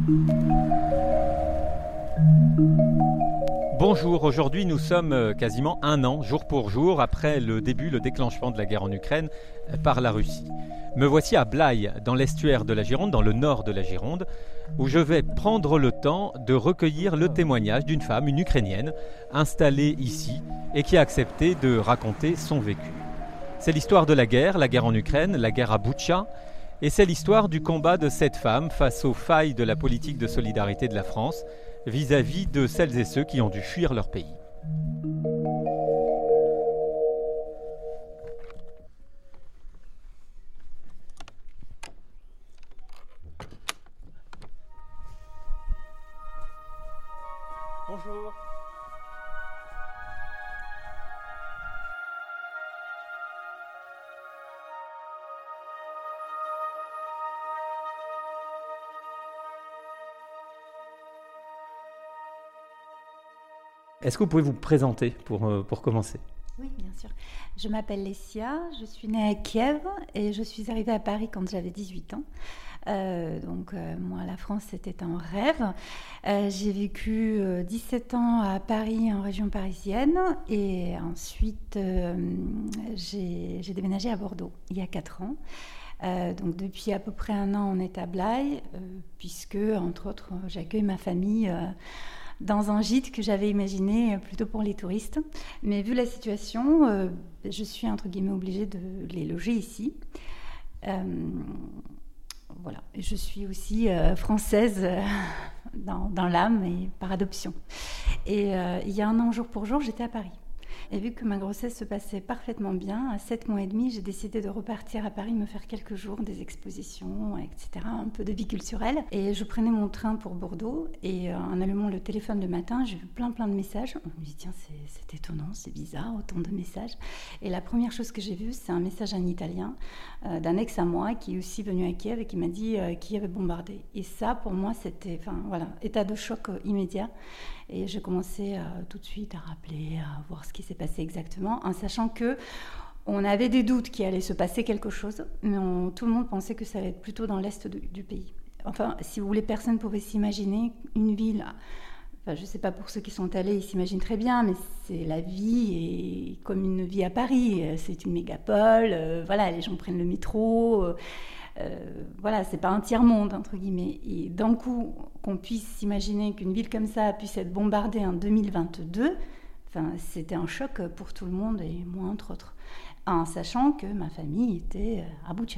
Bonjour, aujourd'hui nous sommes quasiment un an, jour pour jour, après le déclenchement de la guerre en Ukraine par la Russie. Me voici à Blaye, dans l'estuaire de la Gironde, dans le nord de la Gironde, où je vais prendre le temps de recueillir le témoignage d'une femme, une Ukrainienne, installée ici et qui a accepté de raconter son vécu. C'est l'histoire de la guerre en Ukraine, la guerre à Boutcha, et c'est l'histoire du combat de cette femme face aux failles de la politique de solidarité de la France vis-à-vis de celles et ceux qui ont dû fuir leur pays. Bonjour. Est-ce que vous pouvez vous présenter pour commencer ? Oui, bien sûr. Je m'appelle Lesia, je suis née à Kiev et je suis arrivée à Paris quand j'avais 18 ans. Moi, la France, c'était un rêve. J'ai vécu 17 ans à Paris, en région parisienne, et ensuite, j'ai déménagé à Bordeaux il y a 4 ans. Donc depuis à peu près un an, on est à Blaye, puisque, entre autres, j'accueille ma famille dans un gîte que j'avais imaginé plutôt pour les touristes. Mais vu la situation, je suis entre guillemets obligée de les loger ici. Voilà. Je suis aussi française dans l'âme et par adoption. Et il y a un an, jour pour jour, j'étais à Paris. Et vu que ma grossesse se passait parfaitement bien, à 7 mois et demi, j'ai décidé de repartir à Paris, me faire quelques jours, des expositions, etc., un peu de vie culturelle. Et je prenais mon train pour Bordeaux, et en allumant le téléphone le matin, j'ai vu plein de messages. On me dit, tiens, c'est étonnant, c'est bizarre, autant de messages. Et la première chose que j'ai vue, c'est un message en italien d'un ex à moi qui est aussi venu à Kiev et qui m'a dit Kiev est bombardé. Et ça, pour moi, c'était, état de choc immédiat. Et j'ai commencé tout de suite à rappeler, à voir ce qui s'est passé exactement, en sachant que on avait des doutes qu'il allait se passer quelque chose, mais tout le monde pensait que ça allait être plutôt dans l'est du pays. Enfin, si vous voulez, personne ne pouvait s'imaginer une ville. Enfin, je ne sais pas pour ceux qui sont allés, ils s'imaginent très bien, mais c'est la vie et comme une vie à Paris. C'est une mégapole, les gens prennent le métro. C'est pas un tiers-monde, entre guillemets. Et d'un coup, qu'on puisse s'imaginer qu'une ville comme ça puisse être bombardée en 2022, c'était un choc pour tout le monde, et moi entre autres, en sachant que ma famille était à Boutcha.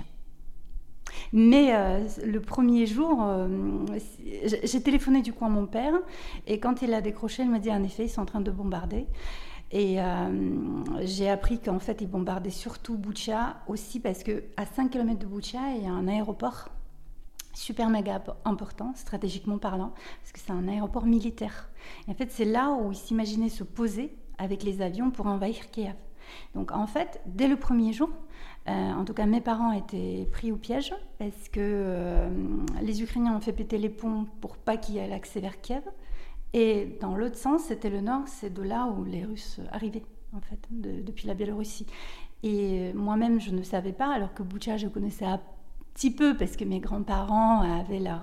Mais le premier jour, j'ai téléphoné du coup à mon père, et quand il a décroché, il m'a dit en effet, ils sont en train de bombarder. Et j'ai appris qu'en fait, ils bombardaient surtout Boutcha aussi parce qu'à 5 km de Boutcha, il y a un aéroport super méga important, stratégiquement parlant, parce que c'est un aéroport militaire. Et en fait, c'est là où ils s'imaginaient se poser avec les avions pour envahir Kiev. Donc en fait, dès le premier jour, en tout cas mes parents étaient pris au piège parce que les Ukrainiens ont fait péter les ponts pour pas qu'il y ait l'accès vers Kiev. Et dans l'autre sens, c'était le nord, c'est de là où les Russes arrivaient, en fait, depuis la Biélorussie. Et moi-même, je ne savais pas, alors que Boutcha, je connaissais un petit peu, parce que mes grands-parents avaient leur,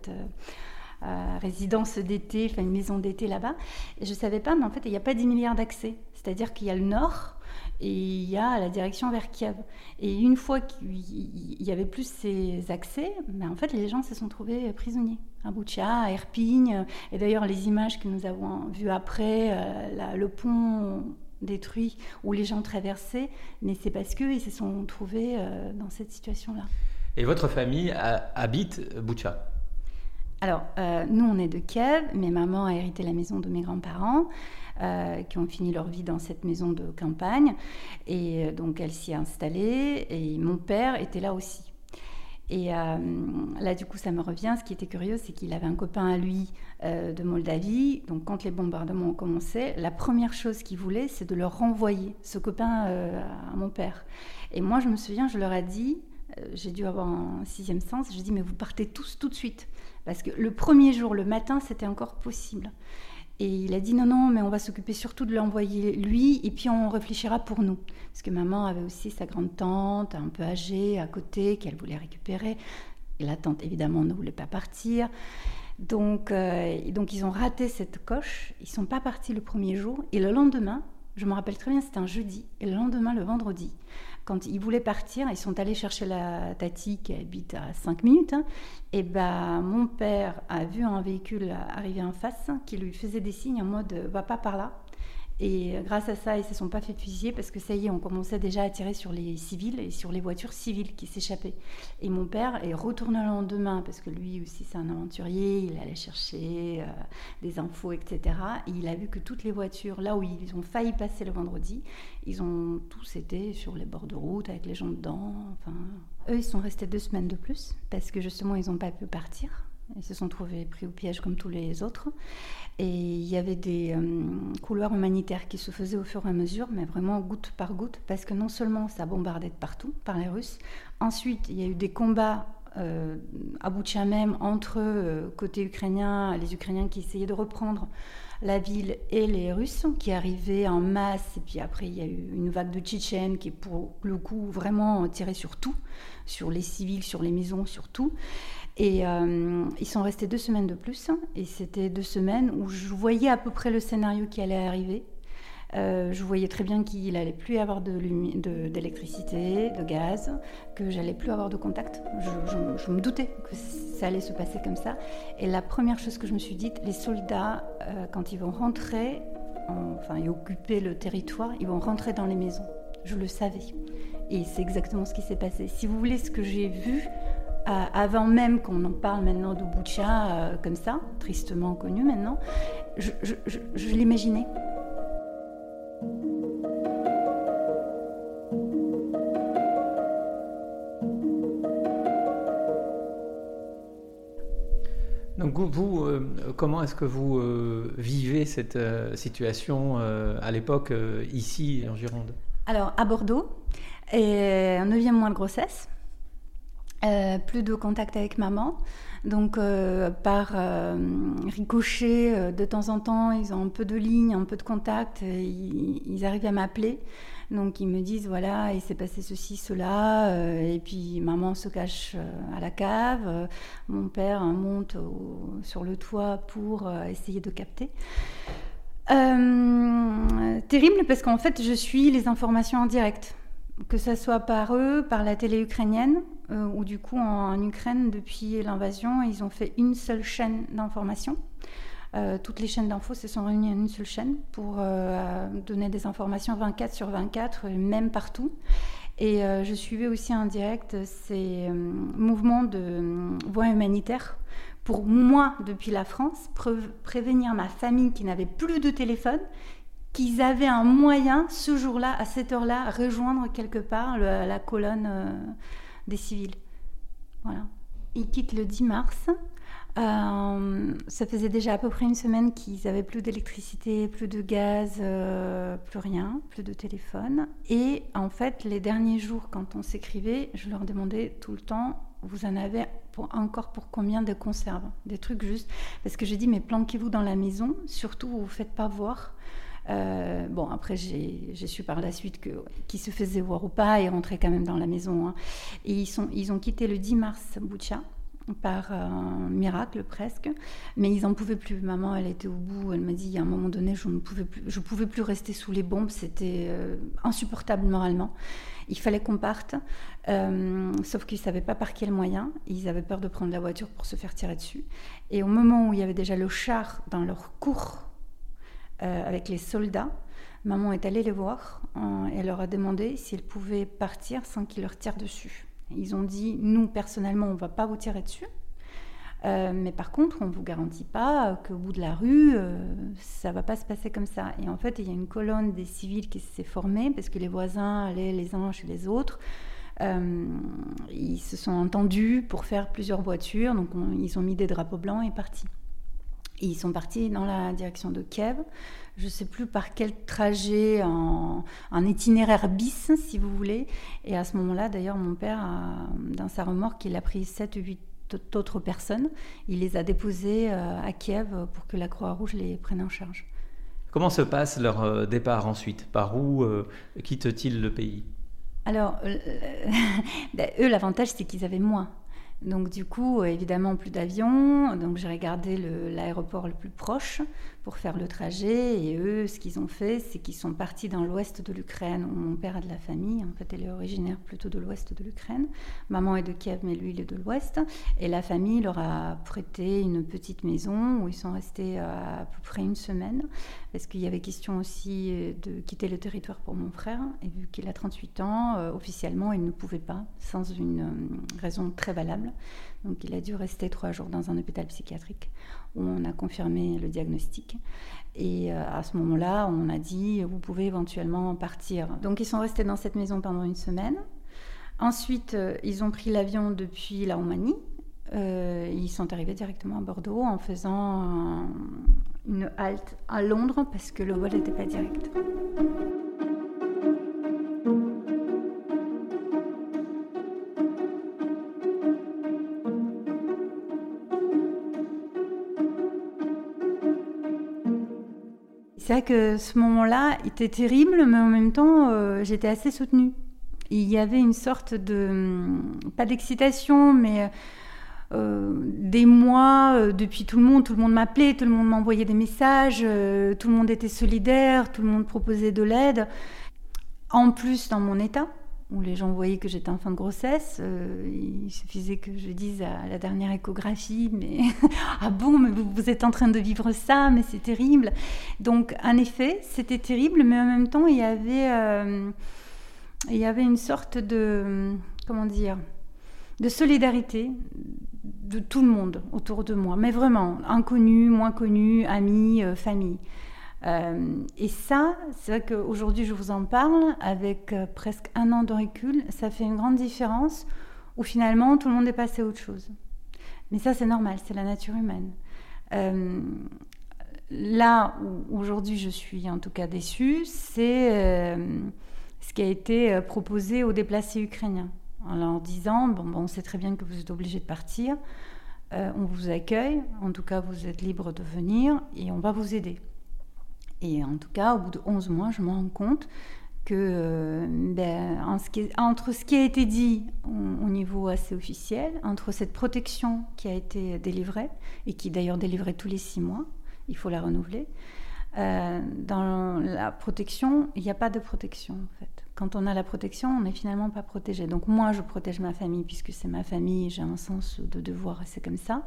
résidence d'été, une maison d'été là-bas. Et je ne savais pas, mais en fait, il n'y a pas 10 milliards d'accès. C'est-à-dire qu'il y a le nord, et il y a la direction vers Kiev. Et une fois qu'il y avait plus ces accès, en fait, les gens se sont trouvés prisonniers. À Boutcha, à Irpin, et d'ailleurs les images que nous avons vues après, le pont détruit où les gens traversaient, mais c'est parce qu'ils se sont trouvés dans cette situation-là. Et votre famille habite Boutcha ? Alors, nous on est de Kiev, mais maman a hérité la maison de mes grands-parents, qui ont fini leur vie dans cette maison de campagne, et donc elle s'y est installée, et mon père était là aussi. Et là, du coup, ça me revient. Ce qui était curieux, c'est qu'il avait un copain à lui de Moldavie. Donc, quand les bombardements ont commencé, la première chose qu'il voulait, c'est de leur renvoyer ce copain à mon père. Et moi, je me souviens, je leur ai dit, j'ai dû avoir un 6e sens, je dis, mais vous partez tous tout de suite. Parce que le premier jour, le matin, c'était encore possible. Et il a dit non, mais on va s'occuper surtout de l'envoyer lui, et puis on réfléchira pour nous. Parce que maman avait aussi sa grande-tante, un peu âgée, à côté, qu'elle voulait récupérer. Et la tante, évidemment, ne voulait pas partir. Donc ils ont raté cette coche, ils ne sont pas partis le premier jour, et le lendemain, je me rappelle très bien, c'était un jeudi, et le lendemain, le vendredi, quand ils voulaient partir, ils sont allés chercher la tati qui habite à 5 minutes, et mon père a vu un véhicule arriver en face qui lui faisait des signes en mode « va pas par là ». Et grâce à ça, ils ne se sont pas fait fusiller parce que ça y est, on commençait déjà à tirer sur les civils et sur les voitures civiles qui s'échappaient. Et mon père est retourné le lendemain parce que lui aussi c'est un aventurier, il allait chercher des infos, etc. Et il a vu que toutes les voitures, là où ils ont failli passer le vendredi, ils ont tous été sur les bords de route avec les gens dedans. Enfin, eux, ils sont restés 2 semaines de plus parce que justement, ils n'ont pas pu partir. Ils se sont trouvés pris au piège comme tous les autres. Et il y avait des couloirs humanitaires qui se faisaient au fur et à mesure, mais vraiment goutte par goutte, parce que non seulement ça bombardait de partout par les Russes, ensuite il y a eu des combats à Boutcha même entre côté ukrainien, les Ukrainiens qui essayaient de reprendre la ville et les Russes qui arrivaient en masse. Et puis après il y a eu une vague de Tchétchènes qui pour le coup vraiment tirait sur tout, sur les civils, sur les maisons, sur tout. Et ils sont restés 2 semaines de plus, et c'était 2 semaines où je voyais à peu près le scénario qui allait arriver. Je voyais très bien qu'il n'allait plus y avoir d'électricité, de gaz, que j'allais plus avoir de contact. Je me doutais que ça allait se passer comme ça. Et la première chose que je me suis dite, les soldats, quand ils vont rentrer, et occuper le territoire, ils vont rentrer dans les maisons. Je le savais. Et c'est exactement ce qui s'est passé. Si vous voulez, ce que j'ai vu, avant même qu'on en parle maintenant de Boutcha comme ça, tristement connu maintenant, je l'imaginais. Donc vous, comment est-ce que vous vivez cette situation à l'époque ici en Gironde ? Alors à Bordeaux, un 9e mois de grossesse. Plus de contact avec maman, donc par ricochet, de temps en temps, ils ont un peu de ligne, un peu de contact, ils arrivent à m'appeler, donc ils me disent voilà, il s'est passé ceci, cela, et puis maman se cache à la cave, mon père monte sur le toit pour essayer de capter. Terrible parce qu'en fait je suis les informations en direct, que ce soit par eux, par la télé ukrainienne, où du coup en Ukraine, depuis l'invasion, ils ont fait une seule chaîne d'information. Toutes les chaînes d'infos se sont réunies en une seule chaîne pour donner des informations 24/24, même partout. Et je suivais aussi en direct ces mouvements de voies humanitaires pour moi, depuis la France, prévenir ma famille qui n'avait plus de téléphone, qu'ils avaient un moyen, ce jour-là, à cette heure-là, rejoindre quelque part la colonne des civils. Voilà. Ils quittent le 10 mars. Ça faisait déjà à peu près une semaine qu'ils n'avaient plus d'électricité, plus de gaz, plus rien, plus de téléphone. Et en fait, les derniers jours, quand on s'écrivait, je leur demandais tout le temps, vous en avez encore pour combien de conserves ? Des trucs juste. Parce que j'ai dit, mais planquez-vous dans la maison, surtout vous ne vous faites pas voir. Après j'ai su par la suite qu'ils se faisaient voir ou pas et rentraient quand même dans la maison, hein. Et ils ont quitté le 10 mars Boutcha par un miracle presque, mais ils n'en pouvaient plus. Maman, elle était au bout, elle m'a dit à un moment donné je pouvais plus rester sous les bombes, c'était insupportable moralement. Il fallait qu'on parte, sauf qu'ils ne savaient pas par quel moyen. Ils avaient peur de prendre la voiture pour se faire tirer dessus. Et au moment où il y avait déjà le char dans leur cour avec les soldats, maman est allée les voir et elle leur a demandé si elles pouvaient partir sans qu'ils leur tirent dessus. Ils ont dit, nous personnellement on ne va pas vous tirer dessus, mais par contre on ne vous garantit pas qu'au bout de la rue ça ne va pas se passer comme ça. Et en fait il y a une colonne des civils qui s'est formée parce que les voisins allaient les uns chez les autres. Ils se sont entendus pour faire plusieurs voitures, donc ils ont mis des drapeaux blancs et partis. Et ils sont partis dans la direction de Kiev. Je ne sais plus par quel trajet, un itinéraire bis, si vous voulez. Et à ce moment-là, d'ailleurs, mon père, dans sa remorque, il a pris 7 ou 8 autres personnes. Il les a déposées à Kiev pour que la Croix-Rouge les prenne en charge. Comment se passe leur départ ensuite ? Par où quittent-ils le pays ? Alors, eux, l'avantage, c'est qu'ils avaient moi. Donc du coup, évidemment, plus d'avions. Donc j'ai regardé l'aéroport le plus proche pour faire le trajet. Et eux, ce qu'ils ont fait, c'est qu'ils sont partis dans l'ouest de l'Ukraine, où mon père a de la famille. En fait, elle est originaire plutôt de l'ouest de l'Ukraine. Maman est de Kiev, mais lui, il est de l'ouest. Et la famille leur a prêté une petite maison où ils sont restés à peu près une semaine. Parce qu'il y avait question aussi de quitter le territoire pour mon frère. Et vu qu'il a 38 ans, officiellement, il ne pouvait pas, sans une raison très valable. Donc il a dû rester 3 jours dans un hôpital psychiatrique où on a confirmé le diagnostic. Et à ce moment-là, on a dit, vous pouvez éventuellement partir. Donc ils sont restés dans cette maison pendant une semaine. Ensuite, ils ont pris l'avion depuis la Roumanie. Ils sont arrivés directement à Bordeaux en faisant une halte à Londres parce que le vol n'était pas direct. C'est vrai que ce moment-là était terrible, mais en même temps, j'étais assez soutenue. Il y avait une sorte de, pas d'excitation, mais des mois depuis tout le monde m'appelait, tout le monde m'envoyait des messages, tout le monde était solidaire, tout le monde proposait de l'aide. En plus, dans mon état, où les gens voyaient que j'étais en fin de grossesse, il suffisait que je dise à la dernière échographie, mais ah bon, mais vous êtes en train de vivre ça, mais c'est terrible. Donc, en effet, c'était terrible, mais en même temps, il y avait une sorte de, comment dire, de solidarité de tout le monde autour de moi, mais vraiment, inconnus, moins connus, amis, famille. Et ça, c'est vrai qu'aujourd'hui je vous en parle, avec presque 1 an de recul, ça fait une grande différence où finalement tout le monde est passé à autre chose. Mais ça c'est normal, c'est la nature humaine. Là où aujourd'hui je suis en tout cas déçue, c'est ce qui a été proposé aux déplacés ukrainiens. En leur disant, bon, on sait très bien que vous êtes obligés de partir, on vous accueille, en tout cas vous êtes libres de venir et on va vous aider. Et en tout cas, au bout de 11 mois, je me rends compte que entre ce qui a été dit au niveau assez officiel, entre cette protection qui a été délivrée, et qui est d'ailleurs délivrée tous les 6 mois, il faut la renouveler, dans la protection, il n'y a pas de protection en fait. Quand on a la protection, on n'est finalement pas protégé. Donc moi, je protège ma famille puisque c'est ma famille, j'ai un sens de devoir et c'est comme ça.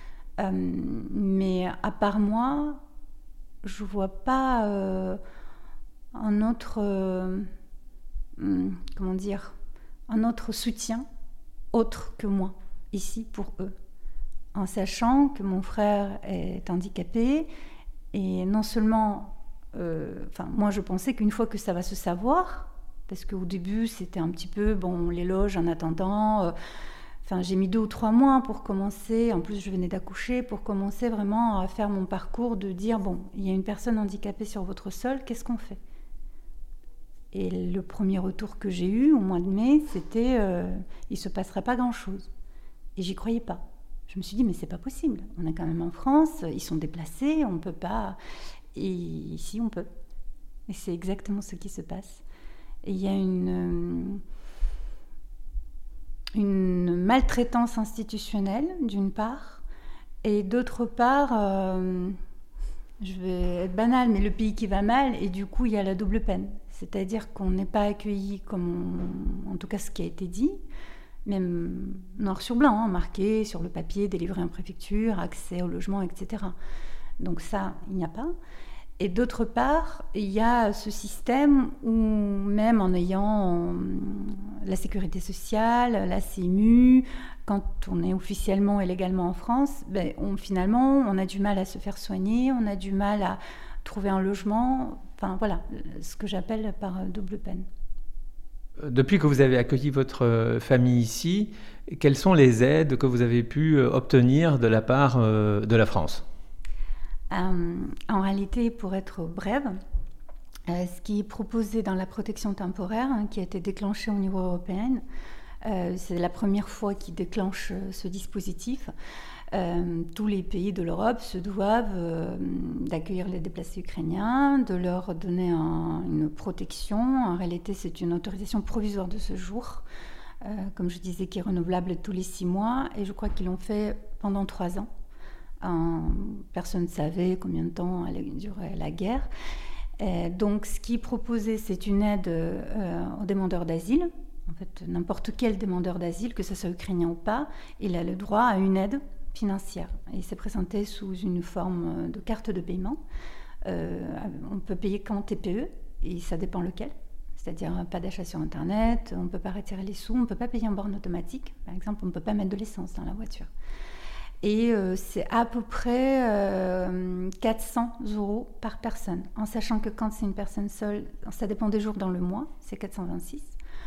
Mais à part moi, je vois pas un autre un autre soutien autre que moi ici pour eux, en sachant que mon frère est handicapé et non seulement moi je pensais qu'une fois que ça va se savoir, parce qu'au début c'était un petit peu on l'éloge en attendant. J'ai mis 2 ou 3 mois pour commencer, en plus je venais d'accoucher, pour commencer vraiment à faire mon parcours de dire, il y a une personne handicapée sur votre sol, qu'est-ce qu'on fait ? Et le premier retour que j'ai eu au mois de mai, c'était, il ne se passerait pas grand-chose. Et j'y croyais pas. Je me suis dit, mais c'est pas possible, on est quand même en France, ils sont déplacés, on ne peut pas... Et ici, on peut. Et c'est exactement ce qui se passe. Et il y a une maltraitance institutionnelle, d'une part, et d'autre part, je vais être banale, mais le pays qui va mal, et du coup, il y a la double peine. C'est-à-dire qu'on n'est pas accueilli comme, en tout cas, ce qui a été dit, même noir sur blanc, marqué sur le papier, délivré en préfecture, accès au logement, etc. Donc ça, il n'y a pas. Et d'autre part, il y a ce système où, même en ayant la sécurité sociale, la CMU, quand on est officiellement et légalement en France, finalement, on a du mal à se faire soigner, on a du mal à trouver un logement. Enfin, voilà, ce que j'appelle par double peine. Depuis que vous avez accueilli votre famille ici, quelles sont les aides que vous avez pu obtenir de la part de la France ? En réalité, pour être brève, ce qui est proposé dans la protection temporaire, qui a été déclenchée au niveau européen, c'est la première fois qu'ils déclenchent ce dispositif. Tous les pays de l'Europe se doivent d'accueillir les déplacés ukrainiens, de leur donner une protection. En réalité, c'est une autorisation provisoire de séjour comme je disais, qui est renouvelable tous les 6 mois. Et je crois qu'ils l'ont fait pendant 3 ans. Personne ne savait combien de temps allait durer la guerre. Donc, ce qui est proposé, c'est une aide aux demandeurs d'asile. En fait, n'importe quel demandeur d'asile, que ce soit ukrainien ou pas, il a le droit à une aide financière. Et c'est présenté sous une forme de carte de paiement. On peut payer qu'en TPE, et ça dépend lequel. C'est-à-dire pas d'achat sur Internet, on ne peut pas retirer les sous, on ne peut pas payer en borne automatique. Par exemple, on ne peut pas mettre de l'essence dans la voiture. Et c'est à peu près 400 € par personne, en sachant que quand c'est une personne seule, ça dépend des jours dans le mois, c'est 426.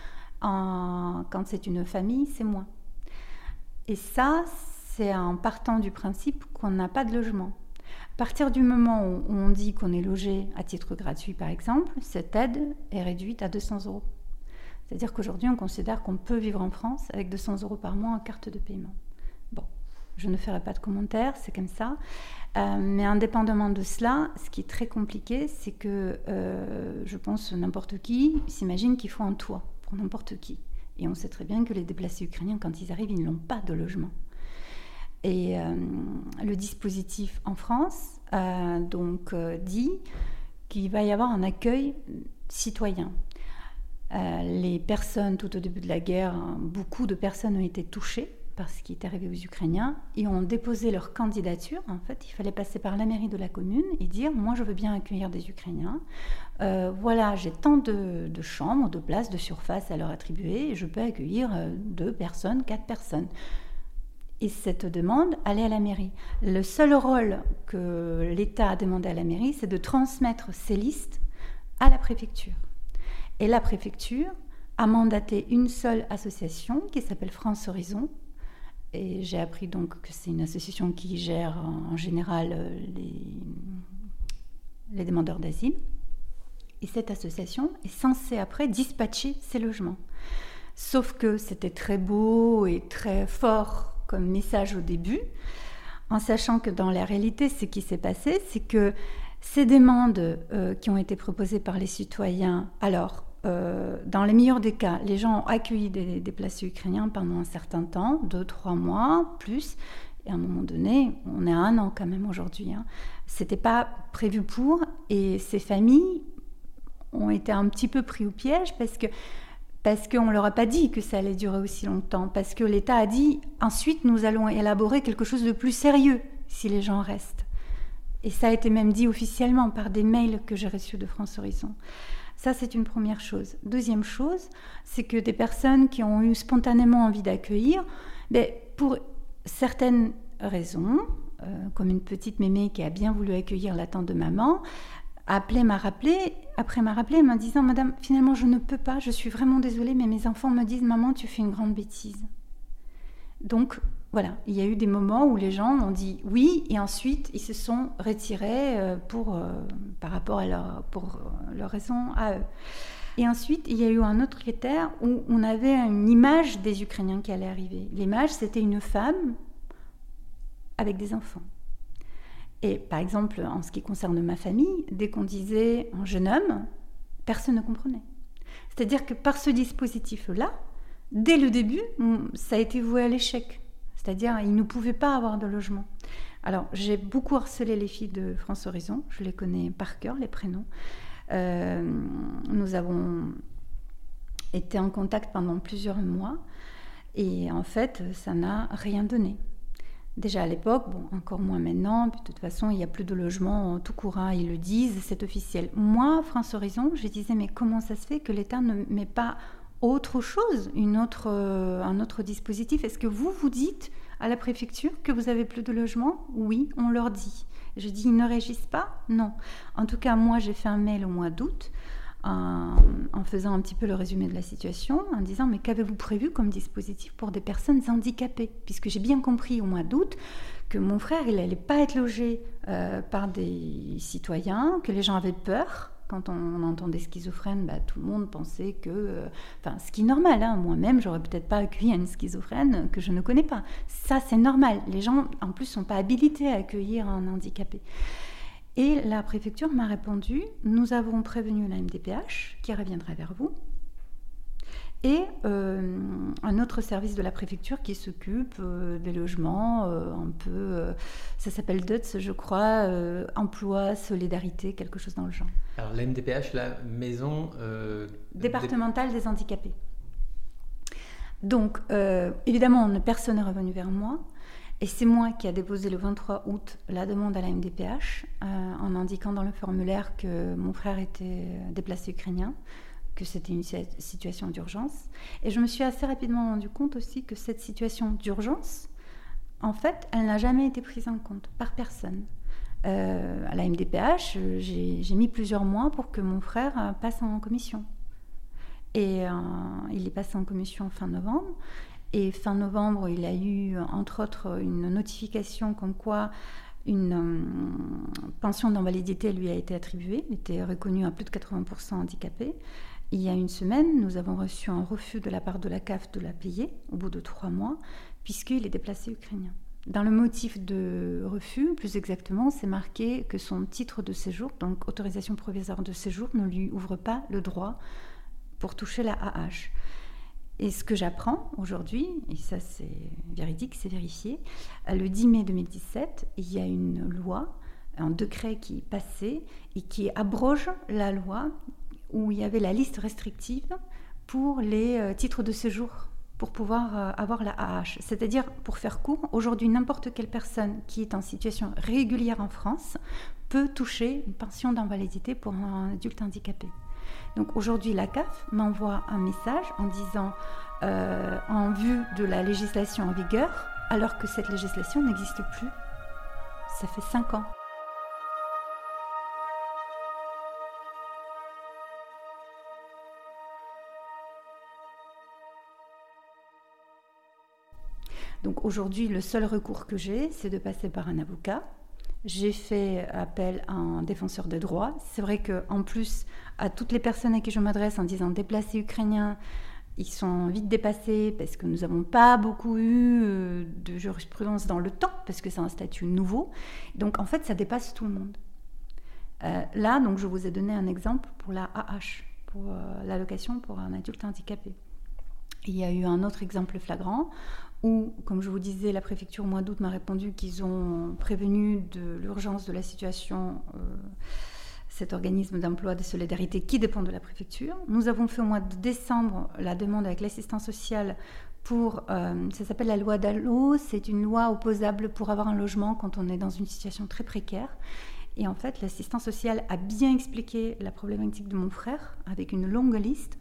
Quand c'est une famille, c'est moins. Et ça, c'est en partant du principe qu'on n'a pas de logement. À partir du moment où on dit qu'on est logé à titre gratuit, par exemple, cette aide est réduite à 200 €. C'est-à-dire qu'aujourd'hui, on considère qu'on peut vivre en France avec 200 € par mois en carte de paiement. Bon, je ne ferai pas de commentaires, c'est comme ça. Mais indépendamment de cela, ce qui est très compliqué, c'est que je pense n'importe qui s'imagine qu'il faut un toit pour n'importe qui. Et on sait très bien que les déplacés ukrainiens, quand ils arrivent, ils n'ont pas de logement. Et le dispositif en France dit qu'il va y avoir un accueil citoyen. Les personnes, tout au début de la guerre, beaucoup de personnes ont été touchées par ce qui est arrivé aux Ukrainiens et ont déposé leur candidature. En fait, il fallait passer par la mairie de la commune et dire « moi, je veux bien accueillir des Ukrainiens. Voilà, j'ai tant de chambres, de places, de surface à leur attribuer et je peux accueillir 2 personnes, 4 personnes. » Et cette demande allait à la mairie. Le seul rôle que l'État a demandé à la mairie, c'est de transmettre ces listes à la préfecture. Et la préfecture a mandaté une seule association qui s'appelle France Horizon. Et j'ai appris donc que c'est une association qui gère en général les demandeurs d'asile. Et cette association est censée après dispatcher ces logements. Sauf que c'était très beau et très fort comme message au début, en sachant que dans la réalité, ce qui s'est passé, c'est que ces demandes qui ont été proposées par les citoyens, alors, dans les meilleurs des cas, les gens ont accueilli des déplacés ukrainiens pendant un certain temps, 2-3 mois, plus, et à un moment donné, on est à 1 an quand même aujourd'hui. C'était pas prévu pour, et ces familles ont été un petit peu pris au piège parce qu'on ne leur a pas dit que ça allait durer aussi longtemps, parce que l'État a dit « ensuite, nous allons élaborer quelque chose de plus sérieux si les gens restent ». Et ça a été même dit officiellement par des mails que j'ai reçus de France Horizon. Ça, c'est une première chose. Deuxième chose, c'est que des personnes qui ont eu spontanément envie d'accueillir, pour certaines raisons, comme une petite mémé qui a bien voulu accueillir la tante de maman, m'a rappelé en me disant « Madame, finalement, je ne peux pas, je suis vraiment désolée, mais mes enfants me disent « Maman, tu fais une grande bêtise ». Donc, voilà, il y a eu des moments où les gens ont dit « oui » et ensuite, ils se sont retirés par rapport à leur raison à eux. Et ensuite, il y a eu un autre critère où on avait une image des Ukrainiens qui allaient arriver. L'image, c'était une femme avec des enfants. Et par exemple, en ce qui concerne ma famille, dès qu'on disait un jeune homme, personne ne comprenait. C'est-à-dire que par ce dispositif-là, dès le début, ça a été voué à l'échec. C'est-à-dire qu'ils ne pouvaient pas avoir de logement. Alors, j'ai beaucoup harcelé les filles de France Horizon, je les connais par cœur, les prénoms. Nous avons été en contact pendant plusieurs mois et en fait, ça n'a rien donné. Déjà à l'époque, encore moins maintenant, puis de toute façon, il n'y a plus de logement tout court, ils le disent, c'est officiel. Moi, France Horizon, je disais, mais comment ça se fait que l'État ne met pas autre chose, un autre dispositif ? Est-ce que vous dites à la préfecture que vous n'avez plus de logement ? Oui, on leur dit. Je dis, ils ne réagissent pas ? Non. En tout cas, moi, j'ai fait un mail au mois d'août en faisant un petit peu le résumé de la situation, en disant mais qu'avez-vous prévu comme dispositif pour des personnes handicapées ? Puisque j'ai bien compris au mois d'août que mon frère, il n'allait pas être logé par des citoyens, que les gens avaient peur. Quand on entendait schizophrène, tout le monde pensait que... ce qui est normal, moi-même, j'aurais peut-être pas accueilli une schizophrène que je ne connais pas. Ça, c'est normal. Les gens, en plus, sont pas habilités à accueillir un handicapé. Et la préfecture m'a répondu, nous avons prévenu la MDPH qui reviendra vers vous. et un autre service de la préfecture qui s'occupe des logements, ça s'appelle DUTS, je crois, emploi, solidarité, quelque chose dans le genre. Alors la MDPH, la maison départementale des handicapés. Donc, évidemment, personne n'est revenu vers moi. Et c'est moi qui a déposé le 23 août la demande à la MDPH en indiquant dans le formulaire que mon frère était déplacé ukrainien, que c'était une situation d'urgence. Et je me suis assez rapidement rendu compte aussi que cette situation d'urgence, en fait, elle n'a jamais été prise en compte par personne. À la MDPH, j'ai mis plusieurs mois pour que mon frère passe en commission. Et il est passé en commission fin novembre. Et fin novembre, il a eu, entre autres, une notification comme quoi une pension d'invalidité lui a été attribuée. Il était reconnu à plus de 80% handicapé. Il y a une semaine, nous avons reçu un refus de la part de la CAF de la payer au bout de 3 mois, puisqu'il est déplacé ukrainien. Dans le motif de refus, plus exactement, c'est marqué que son titre de séjour, donc autorisation provisoire de séjour, ne lui ouvre pas le droit pour toucher la AH. Et ce que j'apprends aujourd'hui, et ça c'est véridique, c'est vérifié, le 10 mai 2017, il y a une loi, un décret qui est passé et qui abroge la loi où il y avait la liste restrictive pour les titres de séjour pour pouvoir avoir la AH. C'est-à-dire, pour faire court, aujourd'hui, n'importe quelle personne qui est en situation régulière en France peut toucher une pension d'invalidité pour un adulte handicapé. Donc aujourd'hui, la CAF m'envoie un message en disant, en vue de la législation en vigueur, alors que cette législation n'existe plus. Ça fait 5 ans. Donc aujourd'hui, le seul recours que j'ai, c'est de passer par un avocat. J'ai fait appel à un défenseur des droits. C'est vrai qu'en plus, à toutes les personnes à qui je m'adresse en disant déplacés ukrainiens, ils sont vite dépassés parce que nous n'avons pas beaucoup eu de jurisprudence dans le temps, parce que c'est un statut nouveau. Donc en fait, ça dépasse tout le monde. Là, donc, je vous ai donné un exemple pour la AH, pour l'allocation pour un adulte handicapé. Il y a eu un autre exemple flagrant où, comme je vous disais, la préfecture au mois d'août m'a répondu qu'ils ont prévenu de l'urgence de la situation cet organisme d'emploi de solidarité qui dépend de la préfecture. Nous avons fait au mois de décembre la demande avec l'assistance sociale pour, ça s'appelle la loi Dallot, c'est une loi opposable pour avoir un logement quand on est dans une situation très précaire. Et en fait, l'assistance sociale a bien expliqué la problématique de mon frère avec une longue liste.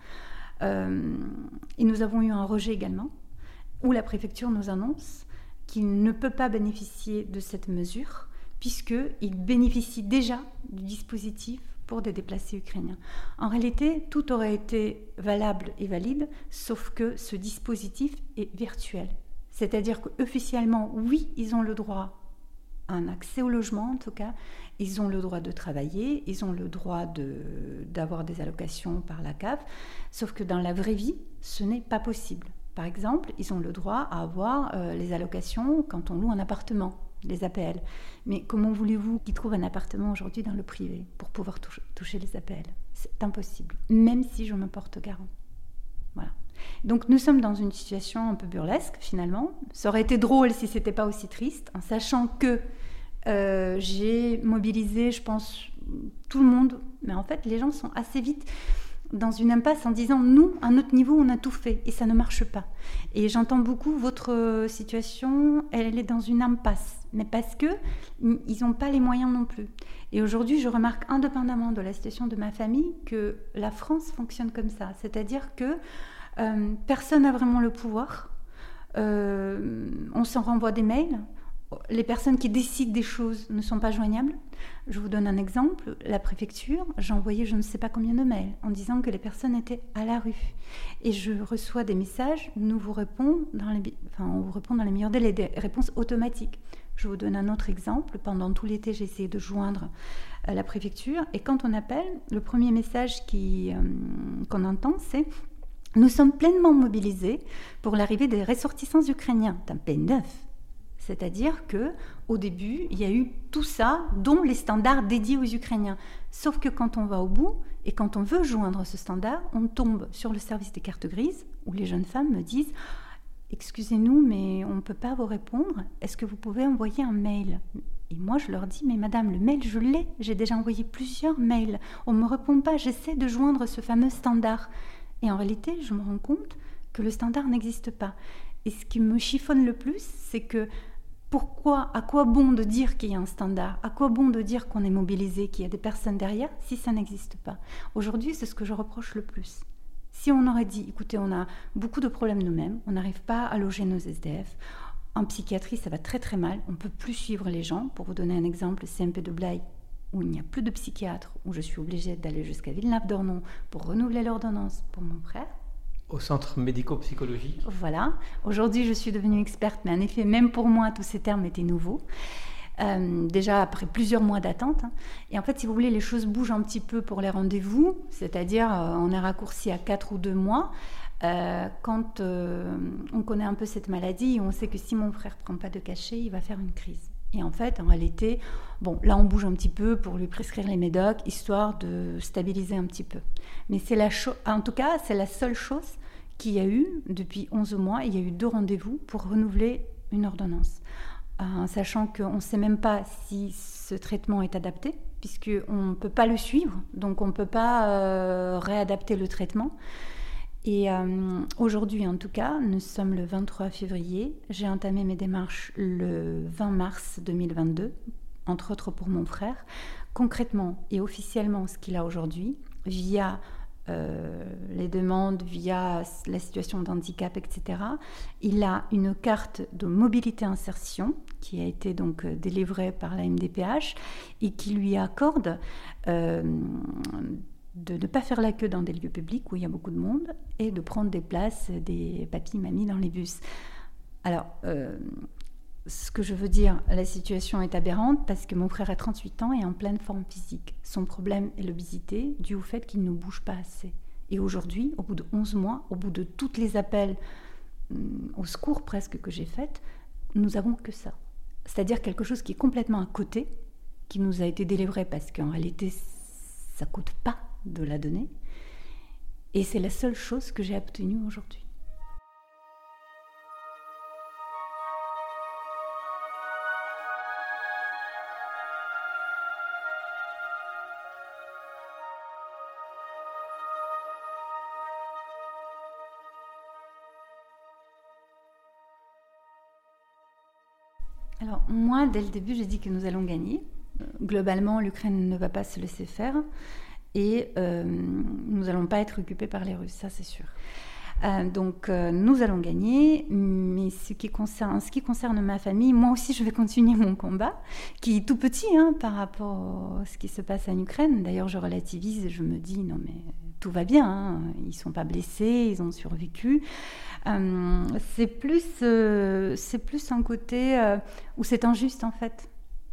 Et nous avons eu un rejet également, où la préfecture nous annonce qu'il ne peut pas bénéficier de cette mesure, puisqu'il bénéficie déjà du dispositif pour des déplacés ukrainiens. En réalité, tout aurait été valable et valide, sauf que ce dispositif est virtuel. C'est-à-dire qu'officiellement, oui, ils ont le droit à un accès au logement, en tout cas, ils ont le droit de travailler, ils ont le droit d'avoir des allocations par la CAF, sauf que dans la vraie vie, ce n'est pas possible. Par exemple, ils ont le droit à avoir les allocations quand on loue un appartement, les APL. Mais comment voulez-vous qu'ils trouvent un appartement aujourd'hui dans le privé pour pouvoir toucher les APL ? C'est impossible, même si je me porte garant. Voilà. Donc nous sommes dans une situation un peu burlesque finalement. Ça aurait été drôle si ce n'était pas aussi triste, en sachant que j'ai mobilisé, je pense, tout le monde. Mais en fait, les gens sont assez vite dans une impasse en disant, nous, à notre niveau, on a tout fait et ça ne marche pas. Et j'entends beaucoup, votre situation, elle est dans une impasse, mais parce qu'ils n'ont pas les moyens non plus. Et aujourd'hui, je remarque, indépendamment de la situation de ma famille, que la France fonctionne comme ça. C'est-à-dire que personne n'a vraiment le pouvoir. On s'en renvoie des mails. Les personnes qui décident des choses ne sont pas joignables. Je vous donne un exemple. La préfecture, j'ai envoyé je ne sais pas combien de mails en disant que les personnes étaient à la rue. Et je reçois des messages, on vous répond dans les meilleurs délais, des réponses automatiques. Je vous donne un autre exemple. Pendant tout l'été, j'ai essayé de joindre la préfecture. Et quand on appelle, le premier message qu'on entend, c'est « Nous sommes pleinement mobilisés pour l'arrivée des ressortissants ukrainiens ». C'est un P9. C'est-à-dire qu'au début, il y a eu tout ça, dont les standards dédiés aux Ukrainiens. Sauf que quand on va au bout, et quand on veut joindre ce standard, on tombe sur le service des cartes grises, où les jeunes femmes me disent « Excusez-nous, mais on ne peut pas vous répondre. Est-ce que vous pouvez envoyer un mail ?» Et moi, je leur dis « Mais madame, le mail, je l'ai. J'ai déjà envoyé plusieurs mails. On ne me répond pas. J'essaie de joindre ce fameux standard. » Et en réalité, je me rends compte que le standard n'existe pas. Et ce qui me chiffonne le plus, c'est que à quoi bon de dire qu'il y a un standard? À quoi bon de dire qu'on est mobilisé, qu'il y a des personnes derrière, si ça n'existe pas? Aujourd'hui, c'est ce que je reproche le plus. Si on aurait dit, écoutez, on a beaucoup de problèmes nous-mêmes, on n'arrive pas à loger nos SDF, en psychiatrie, ça va très très mal, on ne peut plus suivre les gens. Pour vous donner un exemple, CMP de Blaye, où il n'y a plus de psychiatre, où je suis obligée d'aller jusqu'à Villeneuve-d'Ornon pour renouveler l'ordonnance pour mon frère. Au centre médico-psychologique. Voilà. Aujourd'hui, je suis devenue experte, mais en effet, même pour moi, tous ces termes étaient nouveaux. Déjà après plusieurs mois d'attente. Et en fait, si vous voulez, les choses bougent un petit peu pour les rendez-vous, c'est-à-dire on est raccourci à 4 ou 2 mois. Quand on connaît un peu cette maladie, on sait que si mon frère ne prend pas de cachet, il va faire une crise. Et en fait, en réalité, bon, là on bouge un petit peu pour lui prescrire les médocs, histoire de stabiliser un petit peu. Mais en tout cas, c'est la seule chose qu'il y a eu depuis 11 mois. Il y a eu 2 rendez-vous pour renouveler une ordonnance. Sachant qu'on ne sait même pas si ce traitement est adapté, puisqu'on ne peut pas le suivre, donc on ne peut pas réadapter le traitement. Et aujourd'hui, en tout cas, nous sommes le 23 février. J'ai entamé mes démarches le 20 mars 2022, entre autres pour mon frère. Concrètement et officiellement, ce qu'il a aujourd'hui, via les demandes, via la situation d'handicap, etc. Il a une carte de mobilité insertion qui a été donc délivrée par la MDPH et qui lui accorde de ne pas faire la queue dans des lieux publics où il y a beaucoup de monde et de prendre des places des papis, mamies dans les bus. Alors, ce que je veux dire, la situation est aberrante parce que mon frère a 38 ans et est en pleine forme physique. Son problème est l'obésité dû au fait qu'il ne bouge pas assez. Et aujourd'hui, au bout de 11 mois, au bout de tous les appels au secours presque que j'ai faits, nous n'avons que ça. C'est-à-dire quelque chose qui est complètement à côté, qui nous a été délivré parce qu'en réalité, ça ne coûte pas de la donner. Et c'est la seule chose que j'ai obtenue aujourd'hui. Alors moi, dès le début, j'ai dit que nous allons gagner. Globalement, l'Ukraine ne va pas se laisser faire et nous n'allons pas être occupés par les Russes, ça c'est sûr. Donc nous allons gagner, mais ce qui concerne ma famille, moi aussi je vais continuer mon combat, qui est tout petit par rapport à ce qui se passe en Ukraine. D'ailleurs je relativise et je me dis non mais tout va bien, ils ne sont pas blessés, ils ont survécu. C'est plus un côté où c'est injuste en fait.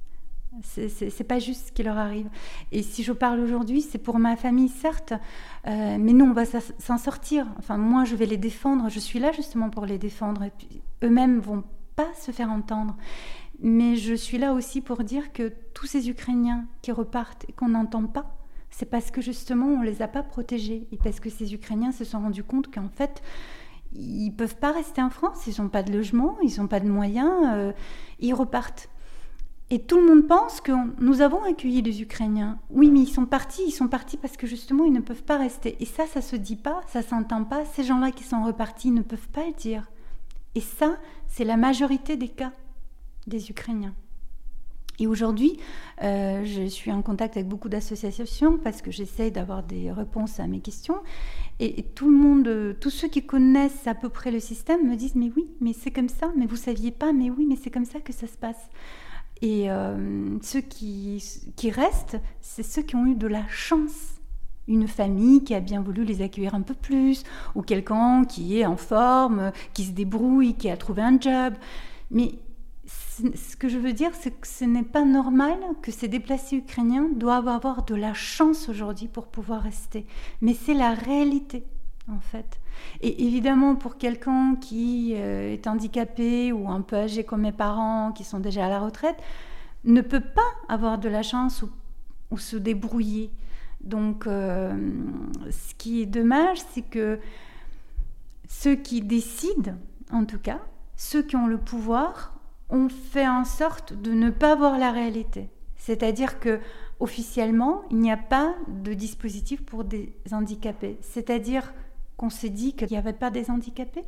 C'est pas juste ce qui leur arrive. Et si je parle aujourd'hui, c'est pour ma famille, certes, mais nous, on va s'en sortir. Enfin, moi, je vais les défendre. Je suis là justement pour les défendre. Et puis, eux-mêmes vont pas se faire entendre. Mais je suis là aussi pour dire que tous ces Ukrainiens qui repartent et qu'on n'entend pas, c'est parce que justement, on les a pas protégés. Et parce que ces Ukrainiens se sont rendus compte qu'en fait, ils peuvent pas rester en France. Ils n'ont pas de logement, ils n'ont pas de moyens. Ils repartent. Et tout le monde pense que nous avons accueilli les Ukrainiens. Oui, mais ils sont partis parce que justement, ils ne peuvent pas rester. Et ça se dit pas, ça s'entend pas. Ces gens-là qui sont repartis ne peuvent pas le dire. Et ça, c'est la majorité des cas des Ukrainiens. Et aujourd'hui, je suis en contact avec beaucoup d'associations parce que j'essaie d'avoir des réponses à mes questions. Et tout le monde, tous ceux qui connaissent à peu près le système me disent « Mais oui, mais c'est comme ça, mais vous saviez pas, mais oui, mais c'est comme ça que ça se passe ». Et ceux qui restent, c'est ceux qui ont eu de la chance. Une famille qui a bien voulu les accueillir un peu plus, ou quelqu'un qui est en forme, qui se débrouille, qui a trouvé un job. Mais ce que je veux dire, c'est que ce n'est pas normal que ces déplacés ukrainiens doivent avoir de la chance aujourd'hui pour pouvoir rester. Mais c'est la réalité. en fait. Et évidemment, pour quelqu'un qui est handicapé ou un peu âgé comme mes parents, qui sont déjà à la retraite, ne peut pas avoir de la chance ou se débrouiller. Donc, ce qui est dommage, c'est que ceux qui décident, en tout cas, ceux qui ont le pouvoir, ont fait en sorte de ne pas voir la réalité. C'est-à-dire que officiellement, il n'y a pas de dispositif pour des handicapés. C'est-à-dire qu'on s'est dit qu'il n'y avait pas des handicapés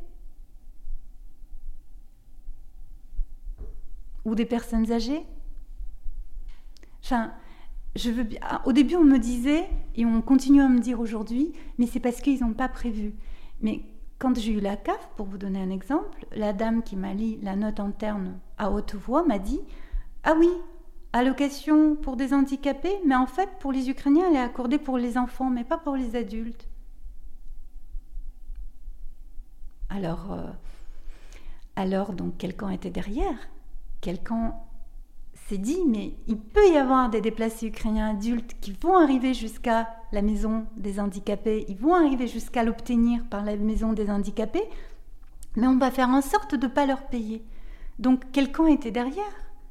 ou des personnes âgées. Enfin, je veux bien. Au début, on me disait, et on continue à me dire aujourd'hui, mais c'est parce qu'ils n'ont pas prévu. Mais quand j'ai eu la CAF, pour vous donner un exemple, la dame qui m'a lu la note interne à haute voix m'a dit « Ah oui, allocation pour des handicapés, mais en fait, pour les Ukrainiens, elle est accordée pour les enfants, mais pas pour les adultes. » Alors, donc, quelqu'un était derrière. Quelqu'un s'est dit, mais il peut y avoir des déplacés ukrainiens adultes qui vont arriver jusqu'à la maison des handicapés, ils vont arriver jusqu'à l'obtenir par la maison des handicapés, mais on va faire en sorte de ne pas leur payer. Donc, quelqu'un était derrière.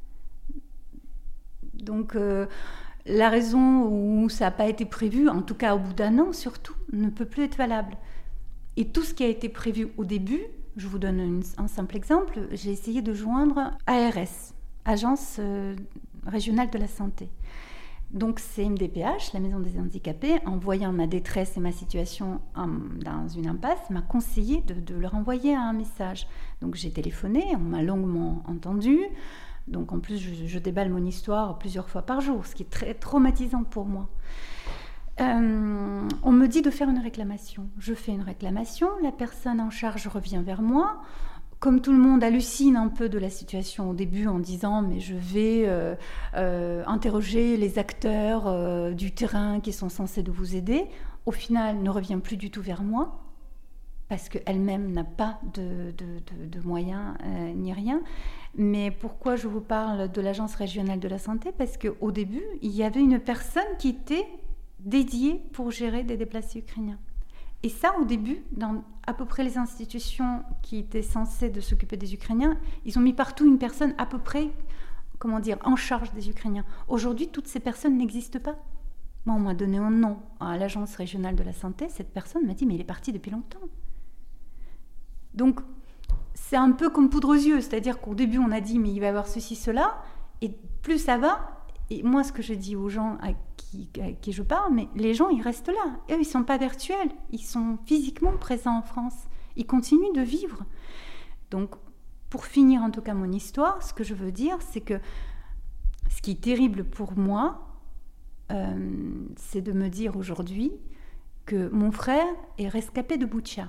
Donc, la raison où ça n'a pas été prévu, en tout cas au bout d'un an surtout, ne peut plus être valable. Et tout ce qui a été prévu au début, je vous donne un simple exemple, j'ai essayé de joindre ARS, Agence régionale de la santé. Donc c'est MDPH, la maison des handicapés, en voyant ma détresse et ma situation dans une impasse, m'a conseillé de leur envoyer un message. Donc j'ai téléphoné, on m'a longuement entendu. Donc en plus, je déballe mon histoire plusieurs fois par jour, ce qui est très traumatisant pour moi. On me dit de faire une réclamation. Je fais une réclamation, la personne en charge revient vers moi. Comme tout le monde hallucine un peu de la situation au début en disant « mais je vais interroger les acteurs du terrain qui sont censés de vous aider », au final, ne revient plus du tout vers moi parce qu'elle-même n'a pas de moyens ni rien. Mais pourquoi je vous parle de l'Agence régionale de la santé ? Parce qu'au début, il y avait une personne qui était dédiée pour gérer des déplacés ukrainiens. Et ça, au début, dans à peu près les institutions qui étaient censées de s'occuper des Ukrainiens, ils ont mis partout une personne à peu près, en charge des Ukrainiens. Aujourd'hui, toutes ces personnes n'existent pas. Moi, on m'a donné un nom à l'Agence régionale de la santé. Cette personne m'a dit, mais il est parti depuis longtemps. Donc, c'est un peu comme poudre aux yeux. C'est-à-dire qu'au début, on a dit, mais il va y avoir ceci, cela. Et plus ça va, et moi, ce que je dis aux gens à qui je parle, mais les gens, ils restent là. Eux, ils ne sont pas virtuels. Ils sont physiquement présents en France. Ils continuent de vivre. Donc, pour finir en tout cas mon histoire, ce que je veux dire, c'est que ce qui est terrible pour moi, c'est de me dire aujourd'hui que mon frère est rescapé de Boutcha.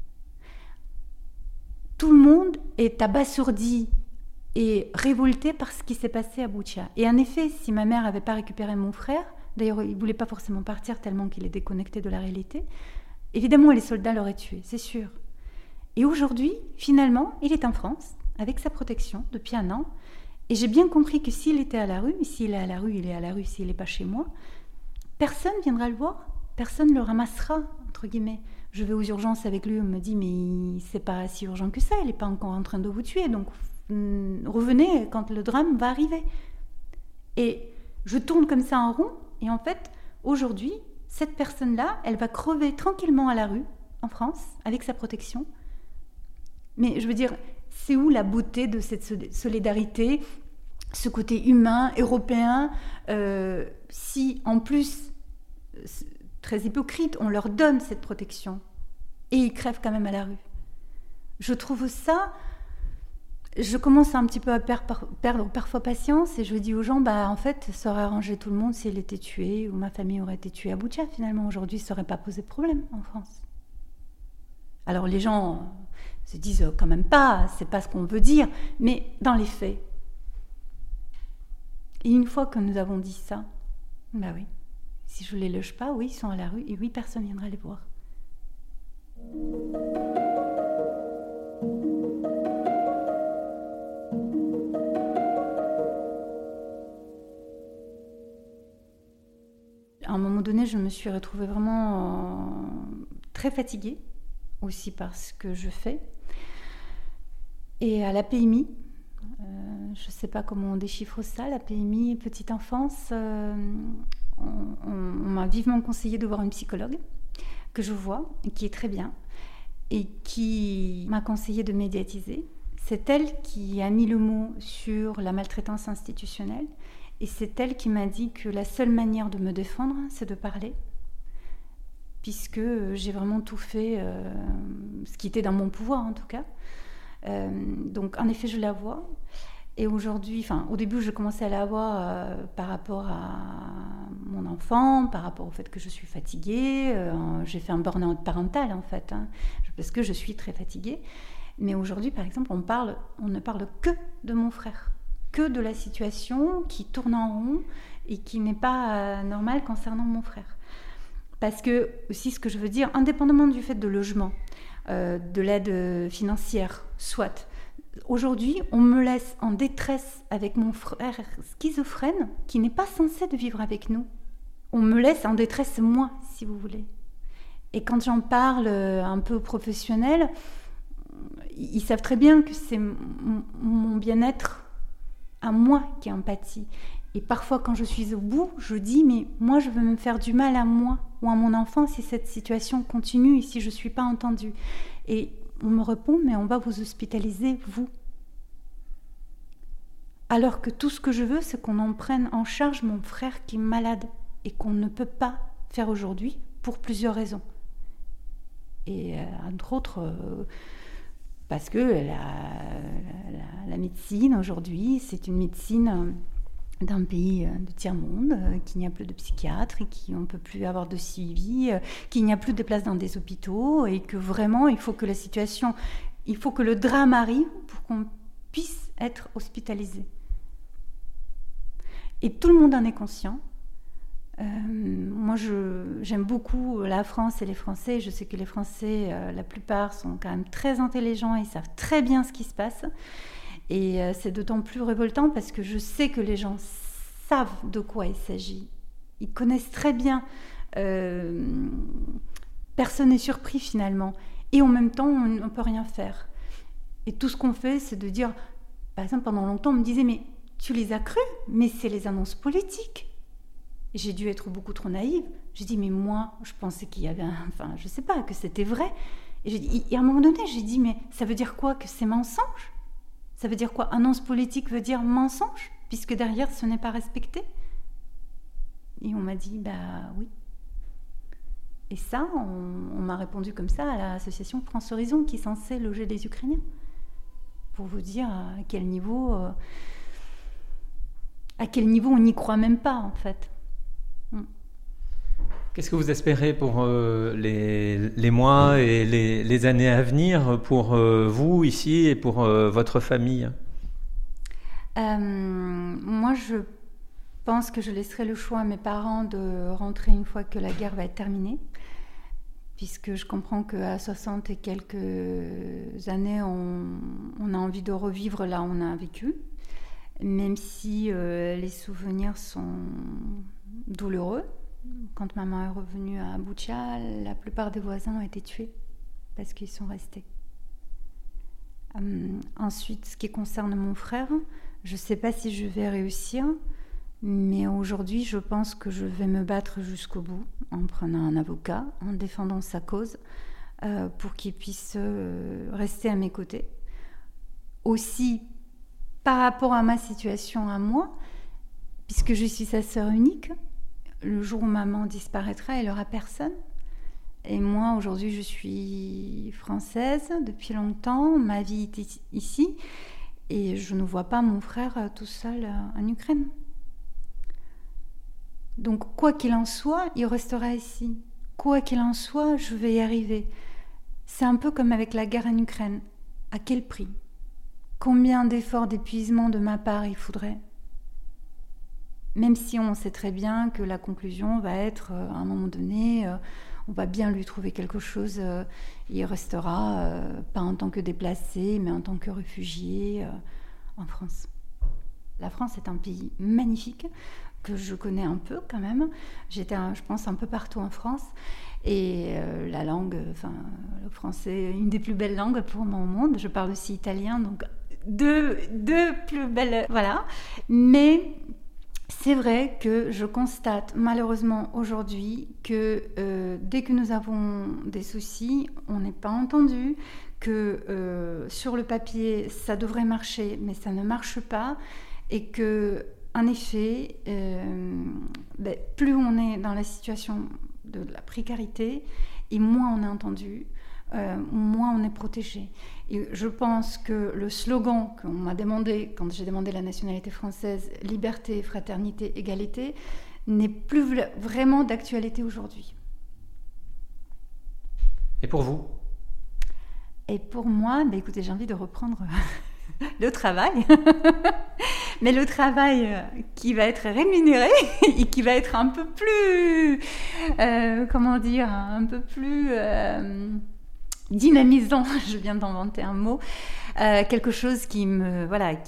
Tout le monde est abasourdi et révolté par ce qui s'est passé à Boutcha. Et en effet, si ma mère n'avait pas récupéré mon frère, d'ailleurs, il ne voulait pas forcément partir tellement qu'il est déconnecté de la réalité, évidemment, les soldats l'auraient tué, c'est sûr. Et aujourd'hui, finalement, il est en France, avec sa protection, depuis un an. Et j'ai bien compris que s'il était à la rue, mais s'il est à la rue, il est à la rue, s'il n'est pas chez moi, personne ne viendra le voir, personne ne le ramassera, entre guillemets. Je vais aux urgences avec lui, on me dit, mais c'est pas si urgent que ça, il n'est pas encore en train de vous tuer, donc revenez quand le drame va arriver. Et je tourne comme ça en rond, et en fait, aujourd'hui, cette personne-là, elle va crever tranquillement à la rue, en France, avec sa protection. Mais je veux dire, c'est où la beauté de cette solidarité, ce côté humain, européen, si en plus, très hypocrite, on leur donne cette protection, et ils crèvent quand même à la rue. Je trouve ça... Je commence un petit peu à perdre parfois patience et je dis aux gens, en fait, ça aurait arrangé tout le monde s'il était tué ou ma famille aurait été tuée à Boutcha. Finalement, aujourd'hui, ça n'aurait pas posé de problème en France. Alors les gens se disent quand même pas, c'est pas ce qu'on veut dire, mais dans les faits. Et une fois que nous avons dit ça, oui, si je ne les loge pas, oui, ils sont à la rue et oui, personne ne viendra les voir. À un moment donné, je me suis retrouvée vraiment très fatiguée aussi par ce que je fais. Et à la PMI, je ne sais pas comment on déchiffre ça, la PMI, petite enfance, on m'a vivement conseillé de voir une psychologue que je vois, qui est très bien, et qui m'a conseillé de médiatiser. C'est elle qui a mis le mot sur la maltraitance institutionnelle, et c'est elle qui m'a dit que la seule manière de me défendre, c'est de parler, puisque j'ai vraiment tout fait, ce qui était dans mon pouvoir en tout cas. Donc en effet, je la vois. Et aujourd'hui, au début, je commençais à la voir par rapport à mon enfant, par rapport au fait que je suis fatiguée. J'ai fait un burn-out parental, en fait, parce que je suis très fatiguée. Mais aujourd'hui, par exemple, on ne parle que de mon frère, que de la situation qui tourne en rond et qui n'est pas normale concernant mon frère. Parce que, aussi, ce que je veux dire, indépendamment du fait de logement, de l'aide financière, soit... Aujourd'hui, on me laisse en détresse avec mon frère schizophrène qui n'est pas censé de vivre avec nous. On me laisse en détresse, moi, si vous voulez. Et quand j'en parle un peu aux professionnels, ils savent très bien que c'est mon bien-être à moi qui en pâtit. Et parfois, quand je suis au bout, je dis, mais moi, je veux me faire du mal à moi ou à mon enfant si cette situation continue et si je ne suis pas entendue. Et on me répond, mais on va vous hospitaliser, vous. Alors que tout ce que je veux, c'est qu'on en prenne en charge mon frère qui est malade et qu'on ne peut pas faire aujourd'hui pour plusieurs raisons. Et entre autres, parce que la médecine aujourd'hui, c'est une médecine d'un pays de tiers-monde, qu'il n'y a plus de psychiatres et qu'on ne peut plus avoir de suivi, qu'il n'y a plus de place dans des hôpitaux et que vraiment, il faut que le drame arrive pour qu'on puisse être hospitalisé. Et tout le monde en est conscient. Moi, j'aime beaucoup la France et les Français. Je sais que les Français, la plupart, sont quand même très intelligents et savent très bien ce qui se passe. Et c'est d'autant plus révoltant parce que je sais que les gens savent de quoi il s'agit. Ils connaissent très bien. Personne n'est surpris finalement. Et en même temps, on ne peut rien faire. Et tout ce qu'on fait, c'est de dire... Par exemple, pendant longtemps, on me disait « Mais tu les as crus, mais c'est les annonces politiques. » J'ai dû être beaucoup trop naïve. J'ai dit « Mais moi, je pensais qu'il y avait... je ne sais pas, que c'était vrai. » Et à un moment donné, j'ai dit « Mais ça veut dire quoi que c'est mensonge ? Ça veut dire quoi ? Annonce politique veut dire mensonge, puisque derrière, ce n'est pas respecté. » Et on m'a dit, oui. Et ça, on m'a répondu comme ça à l'association France Horizon, qui est censée loger les Ukrainiens. Pour vous dire à quel niveau on n'y croit même pas, en fait. Qu'est-ce que vous espérez pour les mois et les années à venir pour vous ici et pour votre famille ? Moi, je pense que je laisserai le choix à mes parents de rentrer une fois que la guerre va être terminée, puisque je comprends qu'à 60 et quelques années, on a envie de revivre là où on a vécu, même si les souvenirs sont douloureux. Quand maman est revenue à Boutcha, la plupart des voisins ont été tués parce qu'ils sont restés. Ensuite, ce qui concerne mon frère, je ne sais pas si je vais réussir, mais aujourd'hui, je pense que je vais me battre jusqu'au bout en prenant un avocat, en défendant sa cause, pour qu'il puisse rester à mes côtés. Aussi, par rapport à ma situation à moi, puisque je suis sa sœur unique, le jour où maman disparaîtra, il n'y aura personne. Et moi, aujourd'hui, je suis française depuis longtemps, ma vie est ici, et je ne vois pas mon frère tout seul en Ukraine. Donc, quoi qu'il en soit, il restera ici. Quoi qu'il en soit, je vais y arriver. C'est un peu comme avec la guerre en Ukraine. À quel prix ? Combien d'efforts d'épuisement de ma part il faudrait ? Même si on sait très bien que la conclusion va être, à un moment donné, on va bien lui trouver quelque chose, il restera, pas en tant que déplacé, mais en tant que réfugié en France. La France est un pays magnifique, que je connais un peu quand même. J'étais, je pense, un peu partout en France. Et la langue, le français est une des plus belles langues pour moi au monde. Je parle aussi italien, donc deux plus belles, voilà. Mais c'est vrai que je constate malheureusement aujourd'hui que dès que nous avons des soucis, on n'est pas entendu, que sur le papier ça devrait marcher, mais ça ne marche pas, et que en effet, plus on est dans la situation de la précarité, et moins on est entendu, moins on est protégé. Et je pense que le slogan qu'on m'a demandé quand j'ai demandé la nationalité française, liberté, fraternité, égalité, n'est plus vraiment d'actualité aujourd'hui. Et pour vous ? Et pour moi, écoutez, j'ai envie de reprendre le travail, mais le travail qui va être rémunéré et qui va être un peu plus, un peu plus dynamisant. Je viens d'inventer un mot, quelque chose qui me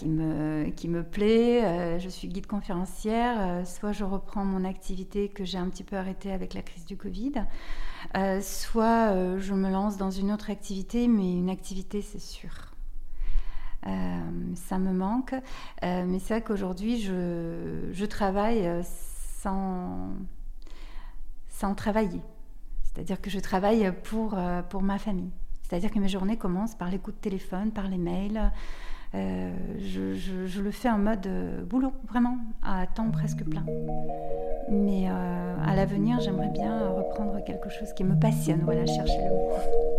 plaît. Je suis guide conférencière. Soit je reprends mon activité que j'ai un petit peu arrêtée avec la crise du Covid, soit je me lance dans une autre activité, mais une activité, c'est sûr. Ça me manque, mais c'est vrai qu'aujourd'hui je travaille sans travailler, c'est-à-dire que je travaille pour ma famille, c'est-à-dire que mes journées commencent par les coups de téléphone, par les mails, je le fais en mode boulot, vraiment, à temps presque plein, mais à l'avenir j'aimerais bien reprendre quelque chose qui me passionne, voilà, chercher le mot.